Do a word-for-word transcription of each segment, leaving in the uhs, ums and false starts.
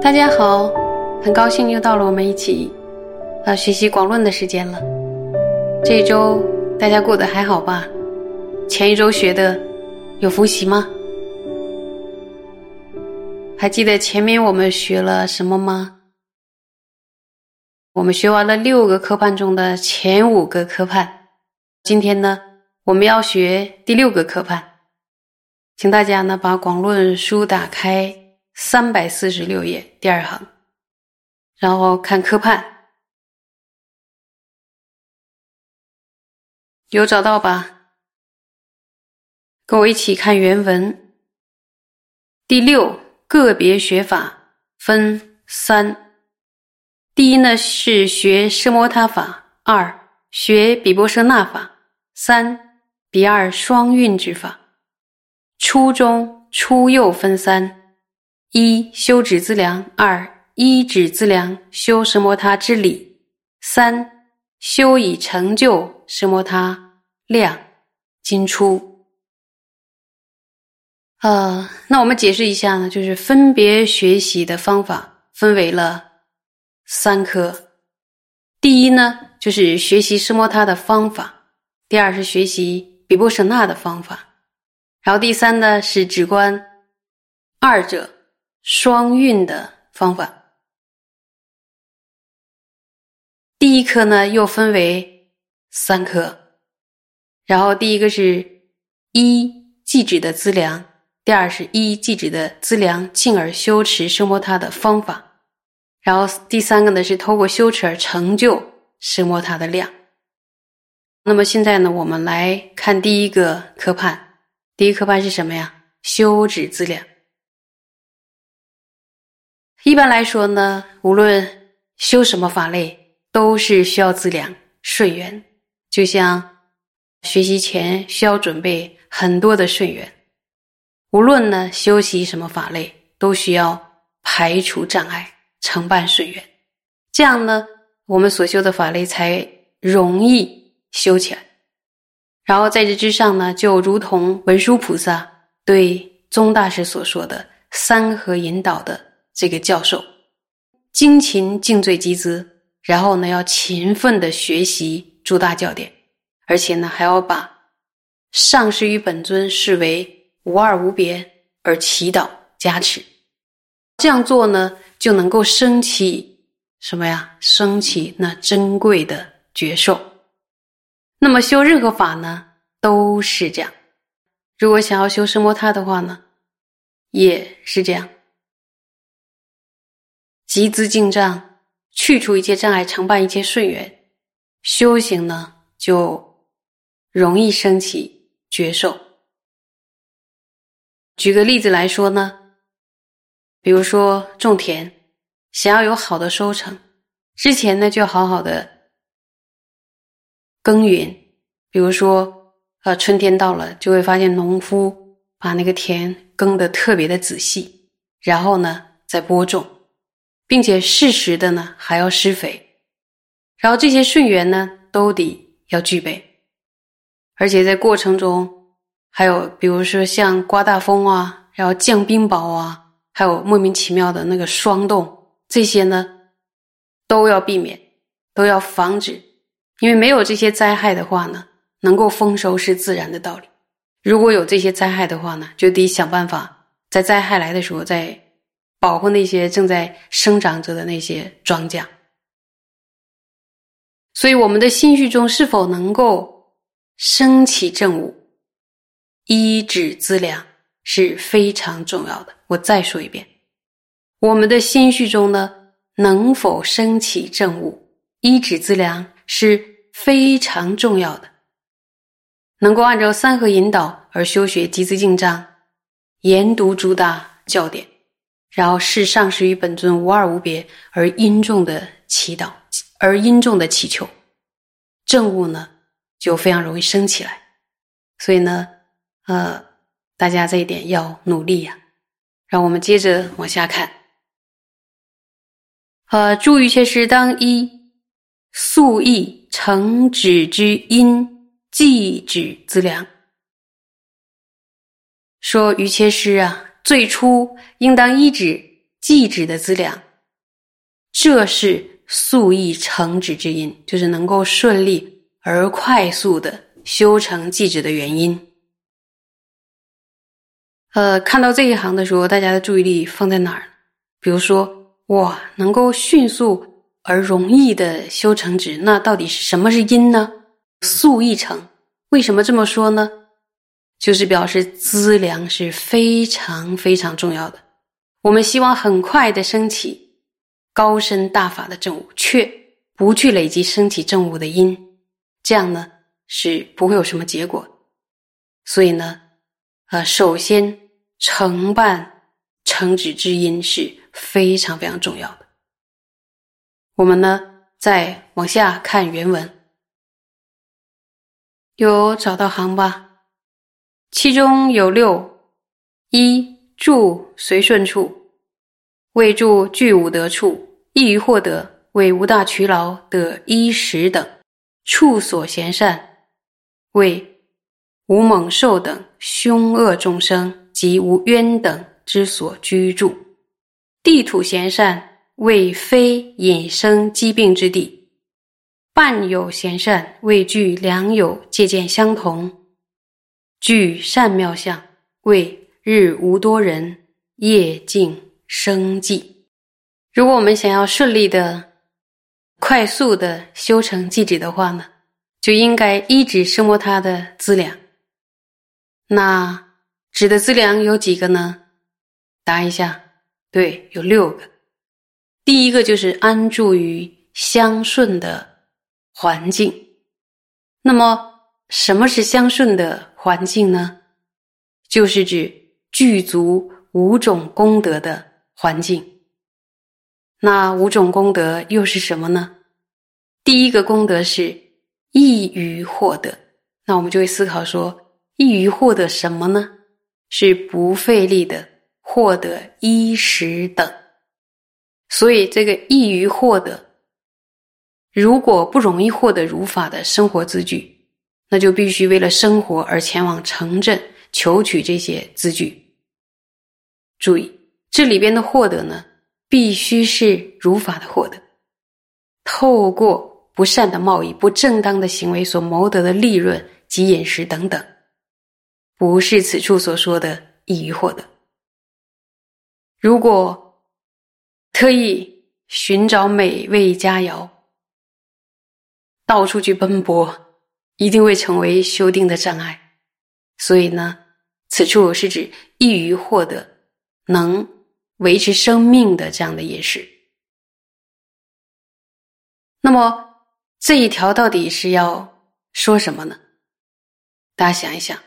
大家好，很高兴又到了我们一起呃学习广论的时间了。这一周大家过得还好吧？前一周学的有复习吗？还记得前面我们学了什么吗？我们学完了六个科判中的前五个科判，今天呢我们要学第六个科判。请大家呢把广论书打开三百四十六页第二行，然后看科判，有找到吧？跟我一起看原文。第六，个别学法分三。第一呢是学奢摩他法，二学比波舍那法，三比二双运之法。初中初幼分三：一修止资粮，二依止资粮修奢摩他之理，三修以成就奢摩他量。今初呃，那我们解释一下呢，就是分别学习的方法分为了三科。第一呢就是学习奢摩他的方法，第二是学习比波舍那的方法，然后第三呢是止观二者双运的方法。第一科呢又分为三科，然后第一个是依寂止的资粮，第二是依寂止的资粮进而修持奢摩他的方法，然后第三个呢是透过修持而成就奢摩他的量。那么现在呢我们来看第一个科判。第一科判是什么呀？修止资粮。一般来说呢，无论修什么法类都是需要资粮顺缘，就像学习前需要准备很多的顺缘，无论呢修习什么法类都需要排除障碍，承办顺缘，这样呢我们所修的法类才容易修起来。然后在这之上呢，就如同文殊菩萨对宗大师所说的三合引导的这个教授，精勤净罪集资，然后呢要勤奋的学习诸大教典，而且呢还要把上师与本尊视为无二无别而祈祷加持。这样做呢就能够升起什么呀？升起那珍贵的觉受。那么修任何法呢都是这样，如果想要修奢摩他的话呢也是这样，集资净障，去除一切障碍，承办一切顺缘，修行呢就容易升起觉受。举个例子来说呢，比如说种田，想要有好的收成，之前呢就好好的耕耘。比如说呃，春天到了，就会发现农夫把那个田耕得特别的仔细，然后呢再播种，并且适时的呢还要施肥，然后这些顺缘呢都得要具备。而且在过程中还有比如说像刮大风啊，然后降冰雹啊，还有莫名其妙的那个霜冻，这些呢都要避免，都要防止。因为没有这些灾害的话呢，能够丰收是自然的道理。如果有这些灾害的话呢，就得想办法在灾害来的时候再保护那些正在生长着的那些庄稼。所以我们的心绪中是否能够升起正悟，依止资粮是非常重要的。我再说一遍，我们的心绪中呢能否升起正悟，依止资粮是非常重要的。能够按照三合引导而修学集资净障，研读诸大教典，然后视上师与本尊无二无别而殷重的祈祷，而殷重的祈求，正悟呢就非常容易升起来。所以呢呃，大家这一点要努力呀、啊。让我们接着往下看。呃，诸瑜伽师当依速意成止之因寂止资粮。说瑜伽师啊，最初应当依止寂寂止的资粮，这是速易成止之因，就是能够顺利而快速的修成寂止的原因。呃，看到这一行的时候，大家的注意力放在哪儿？比如说，哇，能够迅速而容易的修成止，那到底是什么是因呢？速易成，为什么这么说呢？就是表示资粮是非常非常重要的。我们希望很快的升起高深大法的证悟，却不去累积升起证悟的因，这样呢是不会有什么结果。所以呢，呃，首先承办成止之因是非常非常重要的。我们呢再往下看原文，有找到行吧？其中有六：一、住随顺处，为住具五德处，易于获得，为无大劬劳得衣食等；处所贤善，为无猛兽等凶恶众生及无冤等之所居住；地土贤善，为非引生疾病之地；伴有贤善，为具良友戒见相同；具善妙相，为日无多人，夜静生寂。如果我们想要顺利的、快速的修成寂止的话呢，就应该依止摄摩他的资粮。那止的资粮有几个呢？答一下，对，有六个。第一个就是安住于相顺的环境。那么什么是相顺的环境呢？就是指具足五种功德的环境。那五种功德又是什么呢？第一个功德是易于获得。那我们就会思考说，易于获得什么呢？是不费力的获得衣食等。所以这个易于获得，如果不容易获得如法的生活资具，那就必须为了生活而前往城镇求取这些资具。注意，这里边的获得呢，必须是如法的获得，透过不善的贸易、不正当的行为所谋得的利润及饮食等等，不是此处所说的易于获得。如果特意寻找美味佳肴，到处去奔波，一定会成为修定的障碍。所以呢，此处是指易于获得能维持生命的这样的饮食。那么这一条到底是要说什么呢？大家想一想，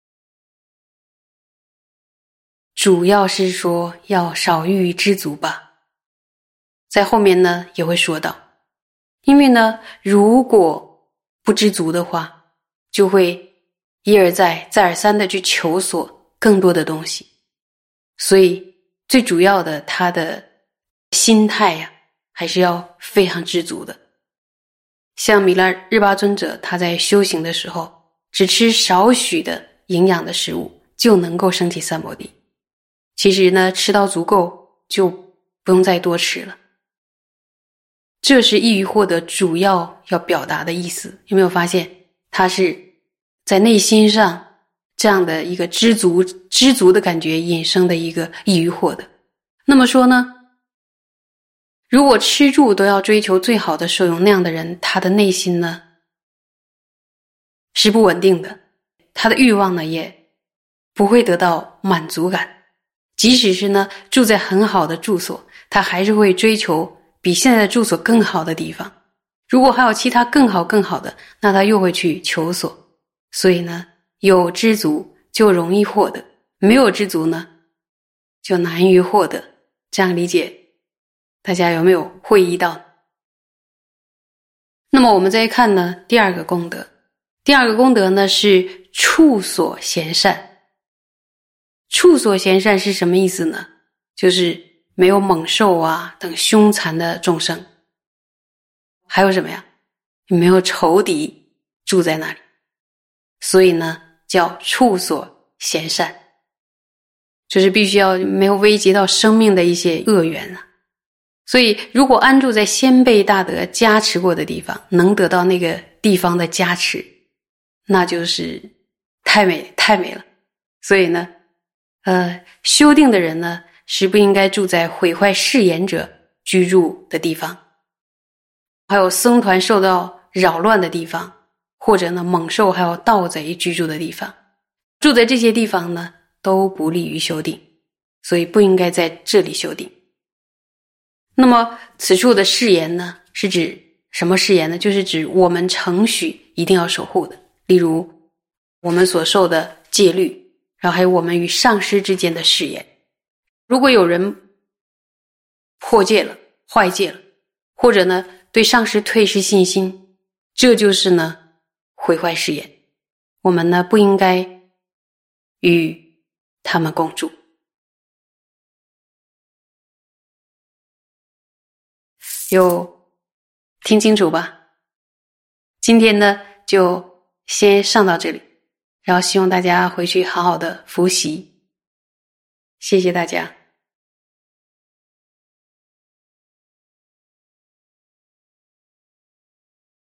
主要是说要少欲知足吧。在后面呢也会说到，因为呢如果不知足的话，就会一而再再而三的去求索更多的东西。所以最主要的他的心态呀、啊，还是要非常知足的。像弥勒日巴尊者，他在修行的时候只吃少许的营养的食物就能够升起三摩地，其实呢吃到足够就不用再多吃了。这是易于获得主要要表达的意思。有没有发现他是在内心上这样的一个知足知足的感觉引生的一个易于获得。那么说呢，如果吃住都要追求最好的受用，那样的人他的内心呢是不稳定的，他的欲望呢也不会得到满足感。即使是呢住在很好的住所，他还是会追求比现在的住所更好的地方。如果还有其他更好更好的，那他又会去求索。所以呢，有知足就容易获得，没有知足呢就难于获得。这样理解大家有没有会意到？那么我们再看呢第二个功德。第二个功德呢是处所贤善。处所贤善是什么意思呢？就是没有猛兽啊等凶残的众生，还有什么呀？没有仇敌住在那里，所以呢叫处所贤善。 这是必须要没有危及到生命的一些恶缘啊。所以如果安住在先辈大德加持过的地方，能得到那个地方的加持，那就是太美太美了。所以呢呃，修定的人呢是不应该住在毁坏誓言者居住的地方，还有僧团受到扰乱的地方，或者呢猛兽还有盗贼居住的地方。住在这些地方呢都不利于修定，所以不应该在这里修定。那么此处的誓言呢是指什么誓言呢？就是指我们承许一定要守护的，例如我们所受的戒律，然后还有我们与上师之间的誓言。如果有人破戒了，坏戒了，或者呢对上师退失信心，这就是呢毁坏誓言。我们呢不应该与他们共住。有听清楚吧？今天呢就先上到这里，然后希望大家回去好好的复习。谢谢大家。